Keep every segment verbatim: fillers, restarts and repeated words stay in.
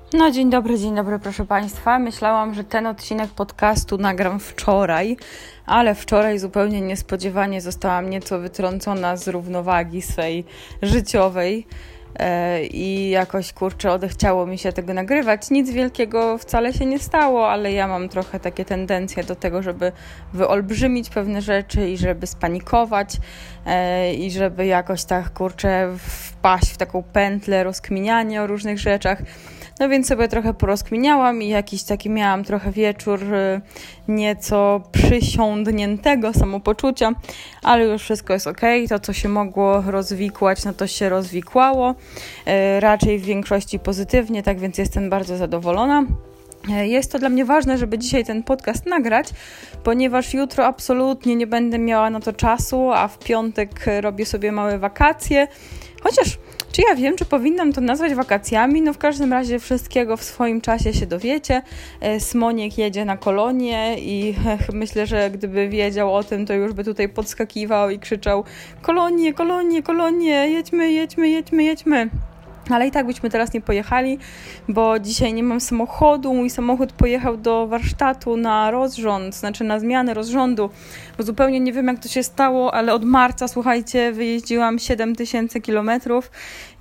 No dzień dobry, dzień dobry proszę Państwa. Myślałam, że ten odcinek podcastu nagram wczoraj, ale wczoraj zupełnie niespodziewanie zostałam nieco wytrącona z równowagi swej życiowej e, i jakoś kurczę odechciało mi się tego nagrywać. Nic wielkiego wcale się nie stało, ale ja mam trochę takie tendencje do tego, żeby wyolbrzymić pewne rzeczy i żeby spanikować e, i żeby jakoś tak kurczę wpaść w taką pętlę rozkminiania o różnych rzeczach. No więc sobie trochę porozkminiałam i jakiś taki miałam trochę wieczór nieco przysiądniętego samopoczucia, ale już wszystko jest okej. To, co się mogło rozwikłać, no to się rozwikłało. Raczej w większości pozytywnie, tak więc jestem bardzo zadowolona. Jest to dla mnie ważne, żeby dzisiaj ten podcast nagrać, ponieważ jutro absolutnie nie będę miała na to czasu, a w piątek robię sobie małe wakacje. Chociaż, czy ja wiem, czy powinnam to nazwać wakacjami? No w każdym razie wszystkiego w swoim czasie się dowiecie. Smoniek jedzie na kolonię i myślę, że gdyby wiedział o tym, to już by tutaj podskakiwał i krzyczał: kolonie, kolonie, kolonie, jedźmy, jedźmy, jedźmy, jedźmy. Ale i tak byśmy teraz nie pojechali, bo dzisiaj nie mam samochodu. Mój samochód pojechał do warsztatu na rozrząd, znaczy na zmianę rozrządu, bo zupełnie nie wiem, jak to się stało, ale od marca, słuchajcie, wyjeździłam siedem tysięcy kilometrów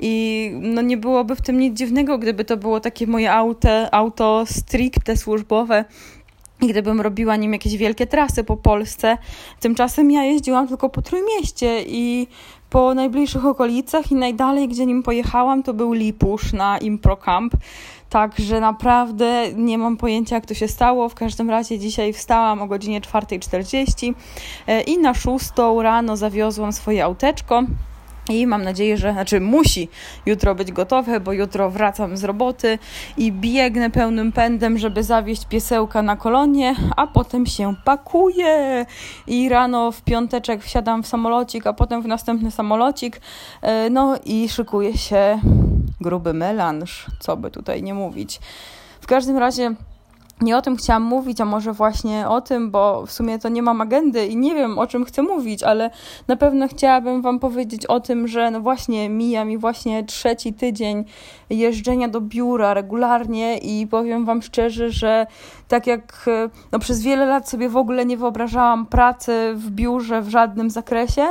i no nie byłoby w tym nic dziwnego, gdyby to było takie moje auto, auto stricte służbowe i gdybym robiła nim jakieś wielkie trasy po Polsce. Tymczasem ja jeździłam tylko po Trójmieście i po najbliższych okolicach i najdalej, gdzie nim pojechałam, to był Lipusz na Improcamp. Także naprawdę nie mam pojęcia, jak to się stało. W każdym razie dzisiaj wstałam o godzinie czwarta czterdzieści i na szóstą rano zawiozłam swoje auteczko. I mam nadzieję, że, znaczy musi jutro być gotowe, bo jutro wracam z roboty i biegnę pełnym pędem, żeby zawieźć piesełka na kolonię, a potem się pakuję i rano w piąteczek wsiadam w samolocik, a potem w następny samolocik, no i szykuje się gruby melanż, co by tutaj nie mówić. W każdym razie nie o tym chciałam mówić, a może właśnie o tym, bo w sumie to nie mam agendy i nie wiem, o czym chcę mówić, ale na pewno chciałabym wam powiedzieć o tym, że no właśnie mija mi właśnie trzeci tydzień jeżdżenia do biura regularnie i powiem wam szczerze, że tak jak no przez wiele lat sobie w ogóle nie wyobrażałam pracy w biurze w żadnym zakresie,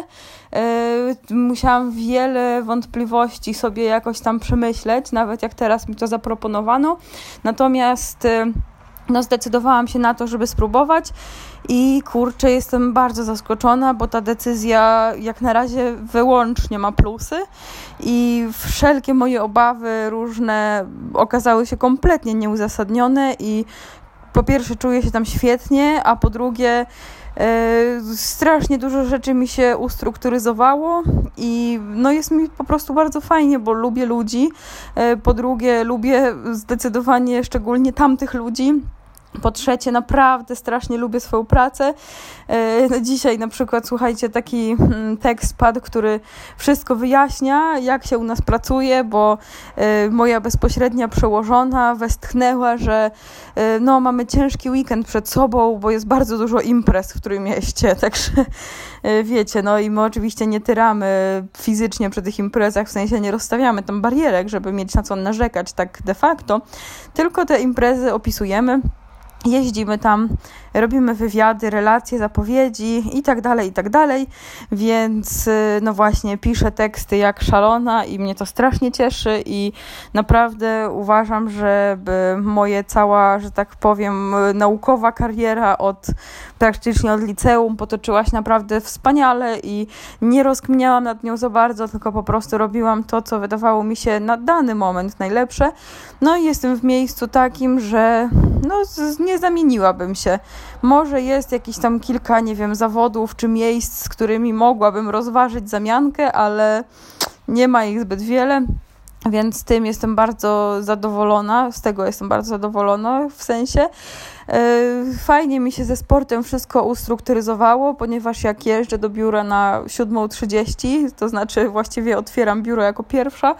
yy, musiałam wiele wątpliwości sobie jakoś tam przemyśleć, nawet jak teraz mi to zaproponowano, natomiast yy, No zdecydowałam się na to, żeby spróbować i kurczę, jestem bardzo zaskoczona, bo ta decyzja jak na razie wyłącznie ma plusy i wszelkie moje obawy różne okazały się kompletnie nieuzasadnione i po pierwsze czuję się tam świetnie, a po drugie Yy, strasznie dużo rzeczy mi się ustrukturyzowało i no jest mi po prostu bardzo fajnie, bo lubię ludzi. Yy, po drugie lubię zdecydowanie szczególnie tamtych ludzi. Po trzecie, naprawdę strasznie lubię swoją pracę. No dzisiaj na przykład, słuchajcie, taki tekst padł, który wszystko wyjaśnia, jak się u nas pracuje, bo moja bezpośrednia przełożona westchnęła, że no mamy ciężki weekend przed sobą, bo jest bardzo dużo imprez w Trójmieście, także wiecie, no i my oczywiście nie tyramy fizycznie przy tych imprezach, w sensie nie rozstawiamy tam barierek, żeby mieć na co narzekać tak de facto, tylko te imprezy opisujemy. Jeździmy tam, robimy wywiady, relacje, zapowiedzi i tak dalej, i tak dalej, więc no właśnie piszę teksty jak szalona i mnie to strasznie cieszy i naprawdę uważam, żeby moje cała, że tak powiem, naukowa kariera od praktycznie od liceum potoczyła się naprawdę wspaniale i nie rozkminiałam nad nią za bardzo, tylko po prostu robiłam to, co wydawało mi się na dany moment najlepsze. No i jestem w miejscu takim, że no nie zamieniłabym się. Może jest jakieś tam kilka, nie wiem, zawodów czy miejsc, z którymi mogłabym rozważyć zamiankę, ale nie ma ich zbyt wiele, więc z tym jestem bardzo zadowolona, z tego jestem bardzo zadowolona w sensie. Fajnie mi się ze sportem wszystko ustrukturyzowało, ponieważ jak jeżdżę do biura na siódma trzydzieści, to znaczy właściwie otwieram biuro jako pierwsza,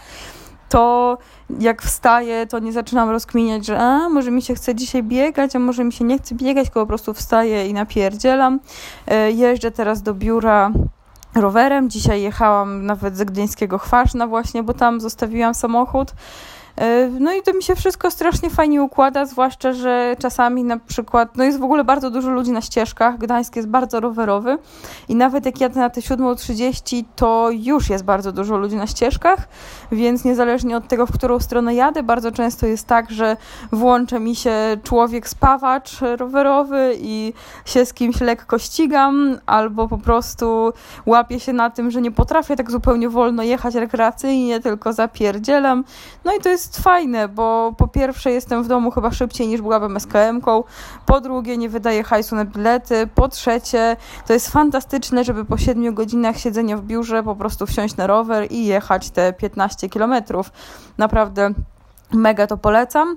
to jak wstaję, to nie zaczynam rozkminiać, że a, może mi się chce dzisiaj biegać, a może mi się nie chce biegać, tylko po prostu wstaję i napierdzielam. Jeżdżę teraz do biura rowerem. Dzisiaj jechałam nawet ze Gdyńskiego Chwaszna właśnie, bo tam zostawiłam samochód. No i to mi się wszystko strasznie fajnie układa, zwłaszcza, że czasami na przykład, no jest w ogóle bardzo dużo ludzi na ścieżkach, Gdańsk jest bardzo rowerowy i nawet jak jadę na te siódma trzydzieści, to już jest bardzo dużo ludzi na ścieżkach, więc niezależnie od tego, w którą stronę jadę, bardzo często jest tak, że włącza mi się człowiek spawacz rowerowy i się z kimś lekko ścigam, albo po prostu łapię się na tym, że nie potrafię tak zupełnie wolno jechać rekreacyjnie, tylko zapierdzielam. No i to jest fajne, bo po pierwsze jestem w domu chyba szybciej niż byłabym es ka emką, po drugie nie wydaję hajsu na bilety, po trzecie to jest fantastyczne, żeby po siedmiu godzinach siedzenia w biurze po prostu wsiąść na rower i jechać te piętnaście kilometrów. Naprawdę mega to polecam.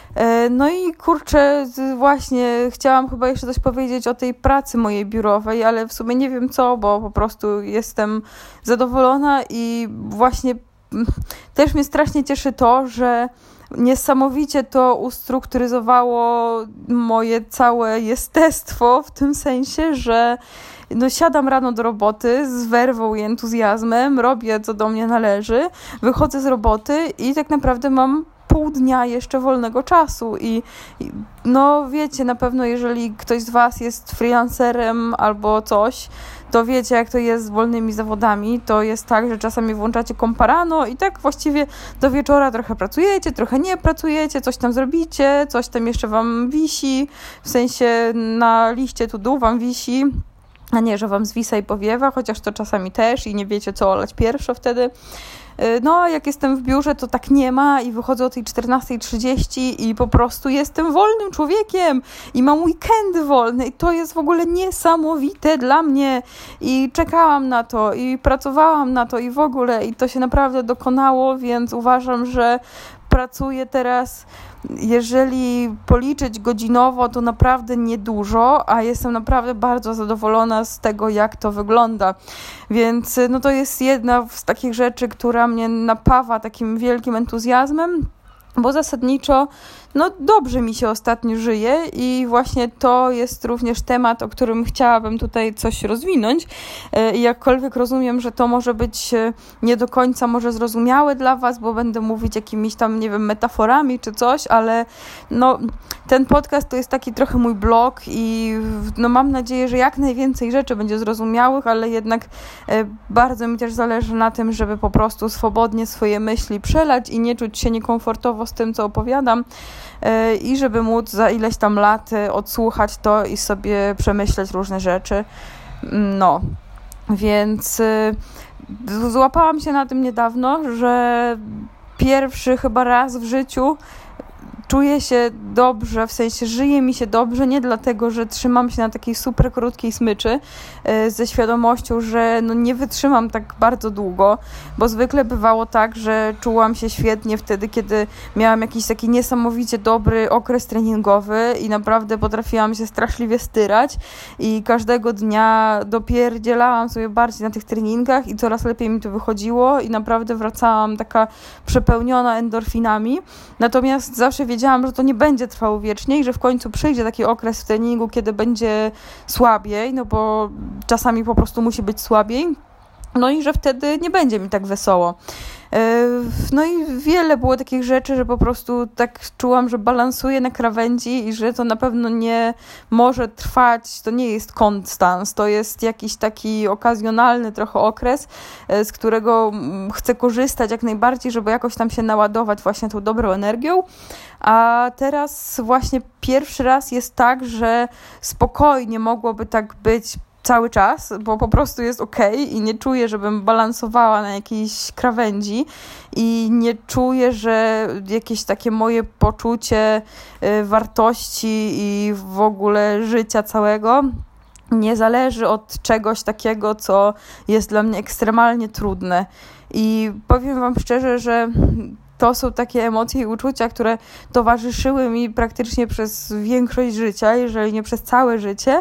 No i kurczę, właśnie chciałam chyba jeszcze coś powiedzieć o tej pracy mojej biurowej, ale w sumie nie wiem co, bo po prostu jestem zadowolona i właśnie też mnie strasznie cieszy to, że niesamowicie to ustrukturyzowało moje całe jestestwo, w tym sensie, że no siadam rano do roboty z werwą i entuzjazmem, robię co do mnie należy, wychodzę z roboty i tak naprawdę mam pół dnia jeszcze wolnego czasu i, i no wiecie, na pewno jeżeli ktoś z was jest freelancerem albo coś, to wiecie jak to jest z wolnymi zawodami, to jest tak, że czasami włączacie kompa rano i tak właściwie do wieczora trochę pracujecie, trochę nie pracujecie, coś tam zrobicie, coś tam jeszcze wam wisi, w sensie na liście to do wam wisi, a nie, że wam zwisa i powiewa, chociaż to czasami też i nie wiecie co olać pierwsze wtedy. No, a jak jestem w biurze, to tak nie ma i wychodzę o tej czternasta trzydzieści i po prostu jestem wolnym człowiekiem i mam weekendy wolne i to jest w ogóle niesamowite dla mnie i czekałam na to i pracowałam na to i w ogóle i to się naprawdę dokonało, więc uważam, że pracuję teraz, jeżeli policzyć godzinowo, to naprawdę niedużo, a jestem naprawdę bardzo zadowolona z tego, jak to wygląda. Więc no to jest jedna z takich rzeczy, która mnie napawa takim wielkim entuzjazmem, bo zasadniczo no dobrze mi się ostatnio żyje i właśnie to jest również temat, o którym chciałabym tutaj coś rozwinąć i jakkolwiek rozumiem, że to może być nie do końca może zrozumiałe dla was, bo będę mówić jakimiś tam, nie wiem, metaforami czy coś, ale no ten podcast to jest taki trochę mój blog i no mam nadzieję, że jak najwięcej rzeczy będzie zrozumiałych, ale jednak bardzo mi też zależy na tym, żeby po prostu swobodnie swoje myśli przelać i nie czuć się niekomfortowo z tym, co opowiadam, i żeby móc za ileś tam lat odsłuchać to i sobie przemyśleć różne rzeczy. No, więc złapałam się na tym niedawno, że pierwszy chyba raz w życiu czuję się dobrze, w sensie żyje mi się dobrze, nie dlatego, że trzymam się na takiej super krótkiej smyczy yy, ze świadomością, że no nie wytrzymam tak bardzo długo, bo zwykle bywało tak, że czułam się świetnie wtedy, kiedy miałam jakiś taki niesamowicie dobry okres treningowy i naprawdę potrafiłam się straszliwie styrać i każdego dnia dopierdzielałam sobie bardziej na tych treningach i coraz lepiej mi to wychodziło i naprawdę wracałam taka przepełniona endorfinami, natomiast zawsze wiedziałam, Wiedziałam, że to nie będzie trwało wiecznie i że w końcu przyjdzie taki okres w treningu, kiedy będzie słabiej, no bo czasami po prostu musi być słabiej, no i że wtedy nie będzie mi tak wesoło. No i wiele było takich rzeczy, że po prostu tak czułam, że balansuję na krawędzi i że to na pewno nie może trwać, to nie jest konstans, to jest jakiś taki okazjonalny trochę okres, z którego chcę korzystać jak najbardziej, żeby jakoś tam się naładować właśnie tą dobrą energią, a teraz właśnie pierwszy raz jest tak, że spokojnie mogłoby tak być cały czas, bo po prostu jest okej i nie czuję, żebym balansowała na jakiejś krawędzi i nie czuję, że jakieś takie moje poczucie wartości i w ogóle życia całego nie zależy od czegoś takiego, co jest dla mnie ekstremalnie trudne. I powiem wam szczerze, że to są takie emocje i uczucia, które towarzyszyły mi praktycznie przez większość życia, jeżeli nie przez całe życie.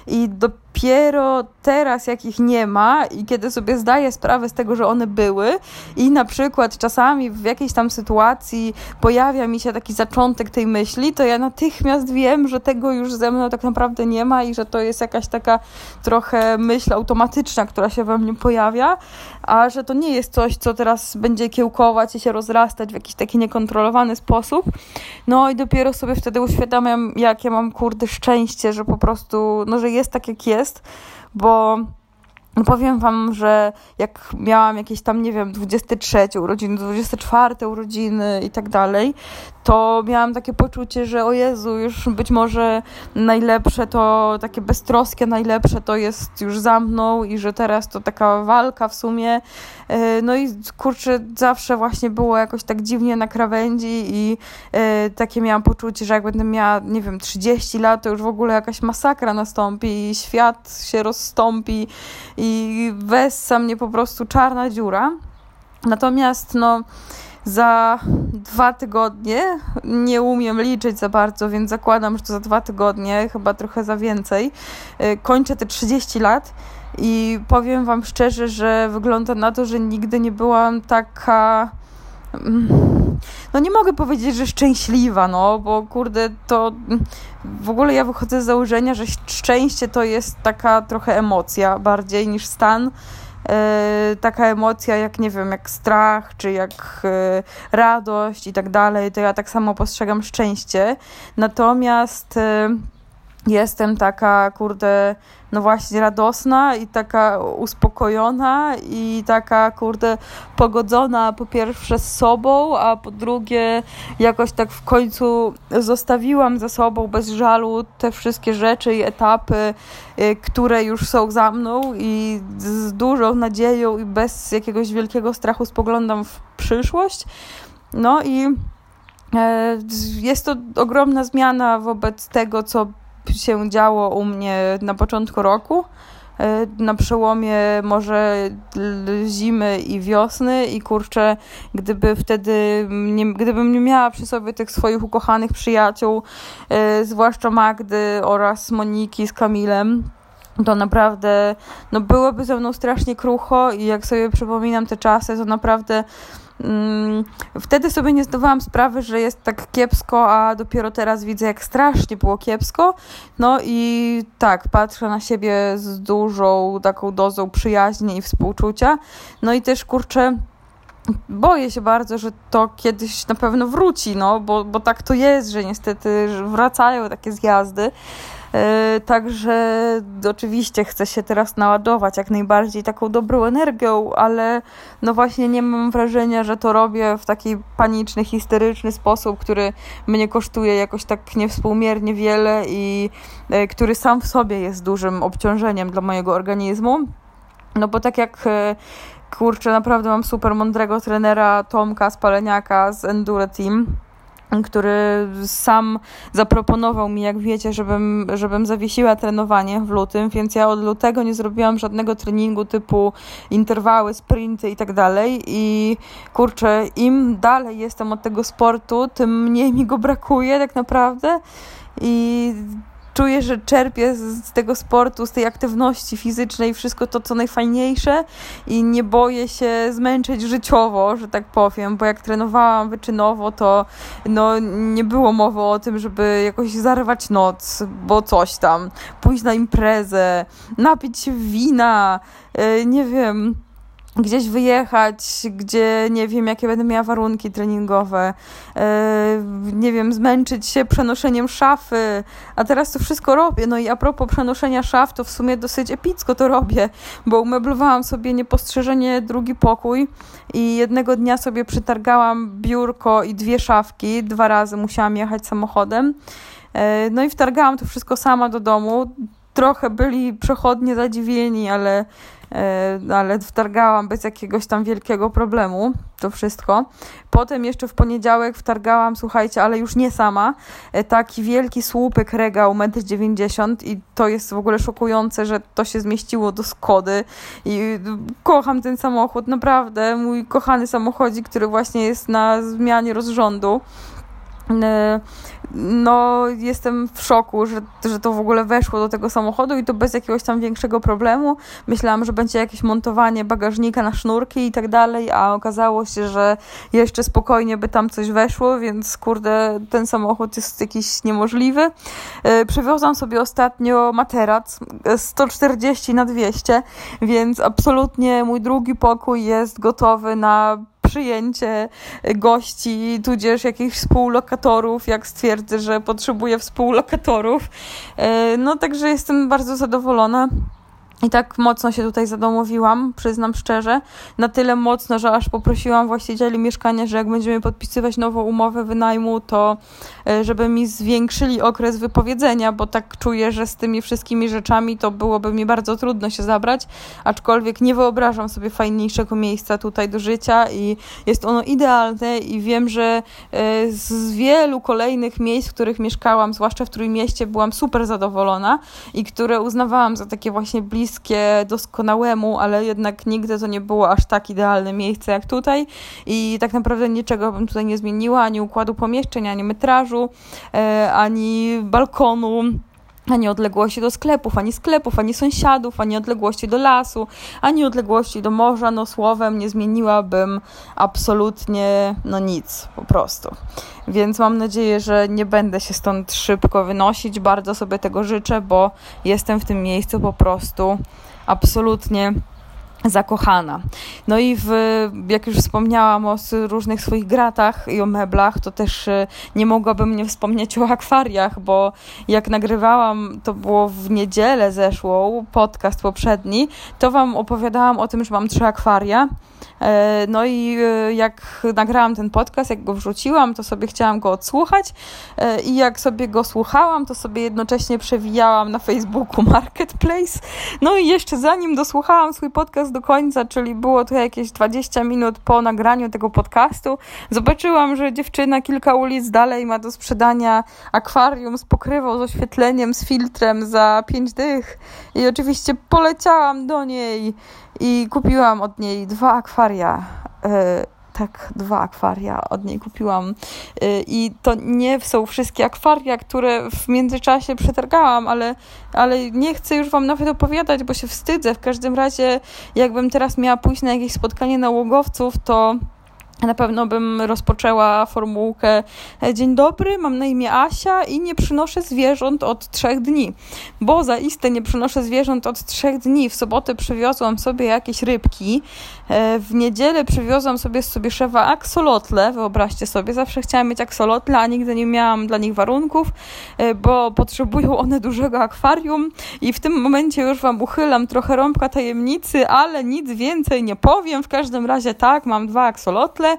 i dopiero teraz, jak ich nie ma i kiedy sobie zdaję sprawę z tego, że one były i na przykład czasami w jakiejś tam sytuacji pojawia mi się taki zaczątek tej myśli, to ja natychmiast wiem, że tego już ze mną tak naprawdę nie ma i że to jest jakaś taka trochę myśl automatyczna, która się we mnie pojawia, a że to nie jest coś, co teraz będzie kiełkować i się rozrastać w jakiś taki niekontrolowany sposób. No i dopiero sobie wtedy uświadamiam, jakie mam kurde szczęście, że po prostu, no że jest tak jak jest, bo powiem wam, że jak miałam jakieś tam, nie wiem, dwudzieste trzecie urodziny, dwudzieste czwarte urodziny i tak dalej, to miałam takie poczucie, że o Jezu, już być może najlepsze to, takie beztroskie najlepsze to jest już za mną i że teraz to taka walka w sumie. No i kurczę, zawsze właśnie było jakoś tak dziwnie na krawędzi i takie miałam poczucie, że jak będę miała, nie wiem, trzydzieści lat, to już w ogóle jakaś masakra nastąpi i świat się rozstąpi i wessa mnie po prostu czarna dziura. Natomiast no za dwa tygodnie, nie umiem liczyć za bardzo, więc zakładam, że to za dwa tygodnie, chyba trochę za więcej, kończę te trzydzieści lat i powiem wam szczerze, że wygląda na to, że nigdy nie byłam taka... No nie mogę powiedzieć, że szczęśliwa, no, bo kurde, to w ogóle ja wychodzę z założenia, że szczęście to jest taka trochę emocja bardziej niż stan. Yy, taka emocja jak, nie wiem, jak strach, czy jak yy, radość i tak dalej, to ja tak samo postrzegam szczęście. Natomiast yy, jestem taka, kurde, no właśnie radosna i taka uspokojona i taka, kurde, pogodzona po pierwsze z sobą, a po drugie jakoś tak w końcu zostawiłam za sobą bez żalu te wszystkie rzeczy i etapy, które już są za mną i z dużą nadzieją i bez jakiegoś wielkiego strachu spoglądam w przyszłość. No i jest to ogromna zmiana wobec tego, co się działo u mnie na początku roku, na przełomie może zimy i wiosny i kurczę, gdyby wtedy, nie, gdybym nie miała przy sobie tych swoich ukochanych przyjaciół, e, zwłaszcza Magdy oraz Moniki z Kamilem, to naprawdę no byłoby ze mną strasznie krucho i jak sobie przypominam te czasy, to naprawdę mm, wtedy sobie nie zdawałam sprawy, że jest tak kiepsko, a dopiero teraz widzę, jak strasznie było kiepsko. No i tak, patrzę na siebie z dużą taką dozą przyjaźni i współczucia. No i też, kurczę, boję się bardzo, że to kiedyś na pewno wróci, no, bo, bo tak to jest, że niestety wracają takie zjazdy. Yy, także oczywiście chcę się teraz naładować jak najbardziej taką dobrą energią, ale no właśnie nie mam wrażenia, że to robię w taki paniczny, histeryczny sposób, który mnie kosztuje jakoś tak niewspółmiernie wiele i yy, który sam w sobie jest dużym obciążeniem dla mojego organizmu. No bo tak jak yy, kurczę, naprawdę mam super mądrego trenera Tomka Spaleniaka z Enduro Team, który sam zaproponował mi, jak wiecie, żebym, żebym zawiesiła trenowanie w lutym, więc ja od lutego nie zrobiłam żadnego treningu typu interwały, sprinty i tak dalej i kurczę, im dalej jestem od tego sportu, tym mniej mi go brakuje tak naprawdę i czuję, że czerpię z tego sportu, z tej aktywności fizycznej wszystko to, co najfajniejsze i nie boję się zmęczyć życiowo, że tak powiem, bo jak trenowałam wyczynowo, to no, nie było mowy o tym, żeby jakoś zarwać noc, bo coś tam, pójść na imprezę, napić się wina, yy, nie wiem, gdzieś wyjechać, gdzie nie wiem, jakie będę miała warunki treningowe, yy, nie wiem, zmęczyć się przenoszeniem szafy, a teraz to wszystko robię. No i a propos przenoszenia szaf, to w sumie dosyć epicko to robię, bo umeblowałam sobie niepostrzeżenie drugi pokój i jednego dnia sobie przytargałam biurko i dwie szafki, dwa razy musiałam jechać samochodem, yy, no i wtargałam to wszystko sama do domu. Trochę byli przechodnie zadziwieni, ale ale wtargałam bez jakiegoś tam wielkiego problemu to wszystko. Potem jeszcze w poniedziałek wtargałam, słuchajcie, ale już nie sama, taki wielki słupek regał metr dziewięćdziesiąt i to jest w ogóle szokujące, że to się zmieściło do Skody i kocham ten samochód, naprawdę, mój kochany samochodzik, który właśnie jest na zmianie rozrządu. no jestem w szoku, że, że to w ogóle weszło do tego samochodu i to bez jakiegoś tam większego problemu. Myślałam, że będzie jakieś montowanie bagażnika na sznurki i tak dalej, a okazało się, że jeszcze spokojnie by tam coś weszło, więc kurde, ten samochód jest jakiś niemożliwy. Przywiozłam sobie ostatnio materac sto czterdzieści na dwieście, więc absolutnie mój drugi pokój jest gotowy na przyjęcie gości, tudzież jakichś współlokatorów, jak stwierdzę, że potrzebuję współlokatorów. No także jestem bardzo zadowolona. I tak mocno się tutaj zadomowiłam, przyznam szczerze, na tyle mocno, że aż poprosiłam właścicieli mieszkania, że jak będziemy podpisywać nową umowę wynajmu, to żeby mi zwiększyli okres wypowiedzenia, bo tak czuję, że z tymi wszystkimi rzeczami to byłoby mi bardzo trudno się zabrać, aczkolwiek nie wyobrażam sobie fajniejszego miejsca tutaj do życia i jest ono idealne i wiem, że z wielu kolejnych miejsc, w których mieszkałam, zwłaszcza w Trójmieście, byłam super zadowolona i które uznawałam za takie właśnie bliskie doskonałemu, ale jednak nigdy to nie było aż tak idealne miejsce jak tutaj i tak naprawdę niczego bym tutaj nie zmieniła, ani układu pomieszczeń, ani metrażu, e, ani balkonu, ani odległości do sklepów, ani sklepów, ani sąsiadów, ani odległości do lasu, ani odległości do morza. No słowem nie zmieniłabym absolutnie no nic po prostu. Więc mam nadzieję, że nie będę się stąd szybko wynosić. Bardzo sobie tego życzę, bo jestem w tym miejscu po prostu absolutnie zakochana. No i w, jak już wspomniałam o różnych swoich gratach i o meblach, to też nie mogłabym nie wspomnieć o akwariach, bo jak nagrywałam, to było w niedzielę zeszłą, podcast poprzedni, to wam opowiadałam o tym, że mam trzy akwaria. No i jak nagrałam ten podcast, jak go wrzuciłam, to sobie chciałam go odsłuchać i jak sobie go słuchałam, to sobie jednocześnie przewijałam na Facebooku Marketplace. No i jeszcze zanim dosłuchałam swój podcast do końca, czyli było to jakieś dwadzieścia minut po nagraniu tego podcastu, zobaczyłam, że dziewczyna kilka ulic dalej ma do sprzedania akwarium z pokrywą, z oświetleniem, z filtrem za pięć dych i oczywiście poleciałam do niej i kupiłam od niej dwa akwaria. Yy, tak, dwa akwaria od niej kupiłam. Yy, I to nie są wszystkie akwaria, które w międzyczasie przetargałam, ale, ale nie chcę już wam nawet opowiadać, bo się wstydzę. W każdym razie, jakbym teraz miała pójść na jakieś spotkanie nałogowców, to na pewno bym rozpoczęła formułkę: dzień dobry, mam na imię Asia i nie przynoszę zwierząt od trzech dni. Bo zaiste nie przynoszę zwierząt od trzech dni. W sobotę przywiozłam sobie jakieś rybki. W niedzielę przywiozłam sobie z Sobieszewa aksolotle. Wyobraźcie sobie, zawsze chciałam mieć aksolotle, a nigdy nie miałam dla nich warunków, bo potrzebują one dużego akwarium. I w tym momencie już wam uchylam trochę rąbka tajemnicy, ale nic więcej nie powiem. W każdym razie tak, mam dwa aksolotle.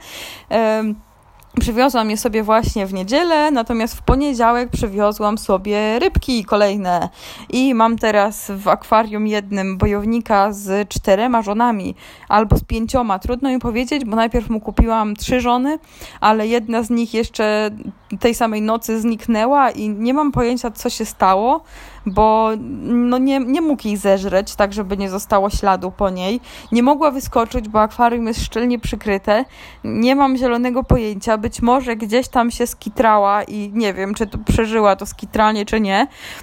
Przywiozłam je sobie właśnie w niedzielę, natomiast w poniedziałek przywiozłam sobie rybki kolejne i mam teraz w akwarium jednym bojownika z czterema żonami albo z pięcioma, trudno mi powiedzieć, bo najpierw mu kupiłam trzy żony, ale jedna z nich jeszcze tej samej nocy zniknęła i nie mam pojęcia, co się stało, bo no nie, nie mógł jej zeżreć, tak żeby nie zostało śladu po niej. Nie mogła wyskoczyć, bo akwarium jest szczelnie przykryte. Nie mam zielonego pojęcia. Być może gdzieś tam się skitrała i nie wiem, czy to przeżyła to skitranie, czy nie.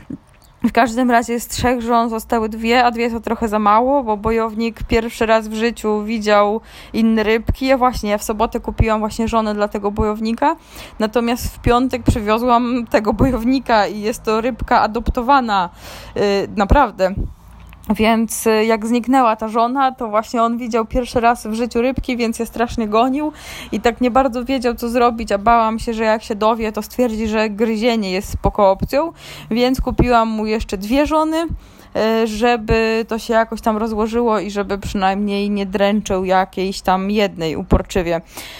W każdym razie z trzech żon zostały dwie, a dwie to trochę za mało, bo bojownik pierwszy raz w życiu widział inne rybki. Ja właśnie, ja w sobotę kupiłam właśnie żonę dla tego bojownika, natomiast w piątek przywiozłam tego bojownika i jest to rybka adoptowana. Yy, naprawdę. Więc jak zniknęła ta żona, to właśnie on widział pierwszy raz w życiu rybki, więc je strasznie gonił i tak nie bardzo wiedział, co zrobić, a bałam się, że jak się dowie, to stwierdzi, że gryzienie jest spoko opcją, więc kupiłam mu jeszcze dwie żony, żeby to się jakoś tam rozłożyło i żeby przynajmniej nie dręczył jakiejś tam jednej uporczywie.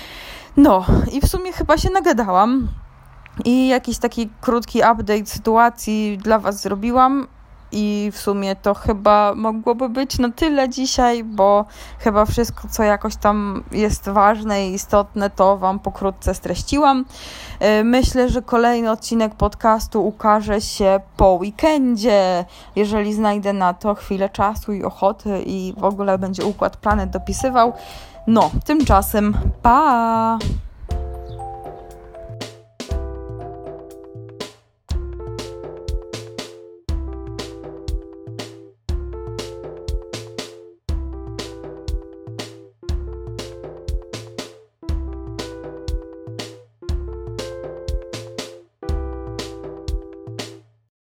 No i w sumie chyba się nagadałam i jakiś taki krótki update sytuacji dla was zrobiłam. I w sumie to chyba mogłoby być na tyle dzisiaj, bo chyba wszystko, co jakoś tam jest ważne i istotne, to wam pokrótce streściłam. Myślę, że kolejny odcinek podcastu ukaże się po weekendzie, jeżeli znajdę na to chwilę czasu i ochoty i w ogóle będzie układ Planet dopisywał. No, tymczasem pa!